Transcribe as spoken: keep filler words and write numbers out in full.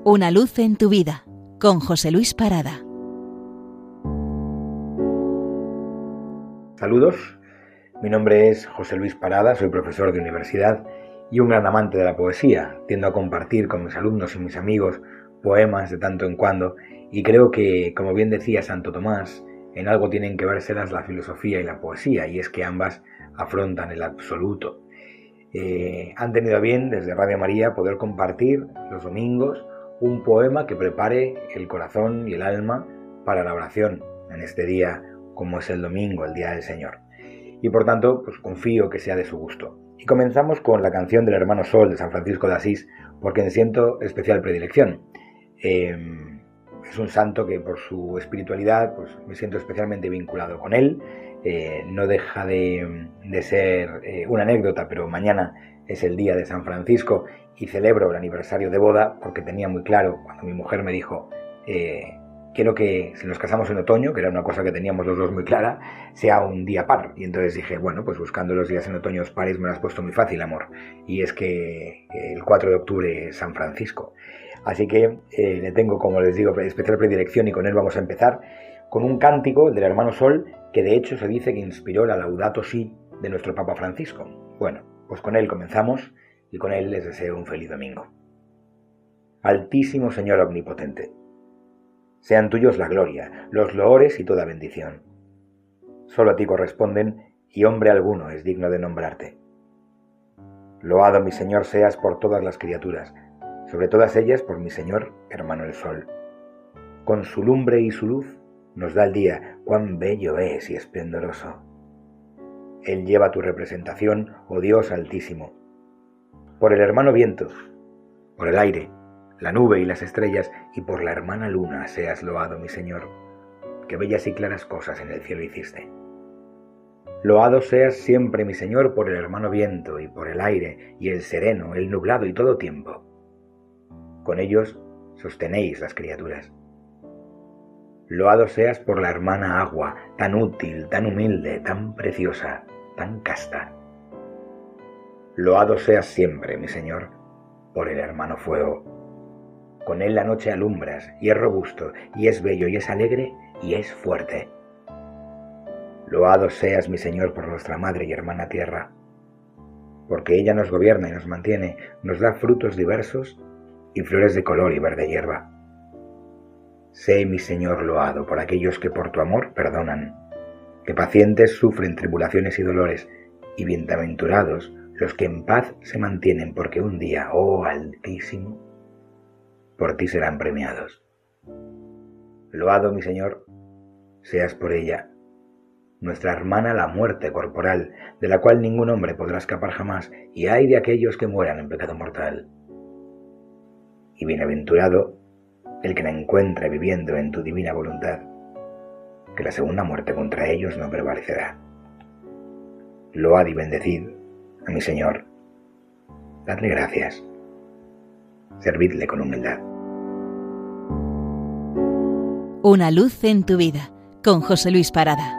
Una luz en tu vida, con José Luis Parada. Saludos, mi nombre es José Luis Parada, soy profesor de universidad y un gran amante de la poesía. Tiendo a compartir con mis alumnos y mis amigos poemas de tanto en cuando y creo que, como bien decía Santo Tomás, en algo tienen que vérselas la filosofía y la poesía, y es que ambas afrontan el absoluto. Eh, han tenido a bien desde Radio María poder compartir los domingos un poema que prepare el corazón y el alma para la oración en este día, como es el domingo, el día del Señor. Y por tanto, pues confío que sea de su gusto. Y comenzamos con la canción del Hermano Sol de San Francisco de Asís, porque me siento especial predilección. Eh, es un santo que por su espiritualidad pues me siento especialmente vinculado con él. Eh, no deja de, de ser eh, una anécdota, pero mañana es el día de San Francisco y celebro el aniversario de boda porque tenía muy claro, cuando mi mujer me dijo eh, quiero que si nos casamos en otoño, que era una cosa que teníamos los dos muy clara, sea un día par. Y entonces dije, bueno, pues buscando los días en otoño pares me lo has puesto muy fácil, amor. Y es que el cuatro de octubre es San Francisco. Así que eh, le tengo, como les digo, especial predilección, y con él vamos a empezar con un cántico del Hermano Sol que de hecho se dice que inspiró la Laudato Si de nuestro Papa Francisco. Bueno, pues con él comenzamos y con él les deseo un feliz domingo. Altísimo Señor omnipotente, sean tuyos la gloria, los loores y toda bendición. Solo a ti corresponden y hombre alguno es digno de nombrarte. Loado, mi Señor, seas por todas las criaturas, sobre todas ellas por mi Señor, hermano el Sol. Con su lumbre y su luz nos da el día, cuán bello es y esplendoroso. Él lleva tu representación, oh Dios altísimo. Por el hermano viento, por el aire, la nube y las estrellas, y por la hermana luna seas loado, mi Señor, que bellas y claras cosas en el cielo hiciste. Loado seas siempre, mi Señor, por el hermano viento, y por el aire, y el sereno, el nublado y todo tiempo. Con ellos sostenéis las criaturas. Loado seas por la hermana agua, tan útil, tan humilde, tan preciosa, tan casta. Loado seas siempre, mi Señor, por el hermano fuego. Con él la noche alumbras, y es robusto, y es bello, y es alegre, y es fuerte. Loado seas, mi Señor, por nuestra madre y hermana tierra, porque ella nos gobierna y nos mantiene, nos da frutos diversos y flores de color y verde hierba. Sé, mi Señor, loado por aquellos que por tu amor perdonan, que pacientes sufren tribulaciones y dolores, y bienaventurados los que en paz se mantienen, porque un día, oh Altísimo, por ti serán premiados. Loado, mi Señor, seas por ella, nuestra hermana la muerte corporal, de la cual ningún hombre podrá escapar jamás, y ay de aquellos que mueran en pecado mortal. Y bienaventurado el que la encuentre viviendo en tu divina voluntad, que la segunda muerte contra ellos no prevalecerá. Load y bendecid a mi Señor, dadle gracias, servidle con humildad. Una luz en tu vida, con José Luis Parada.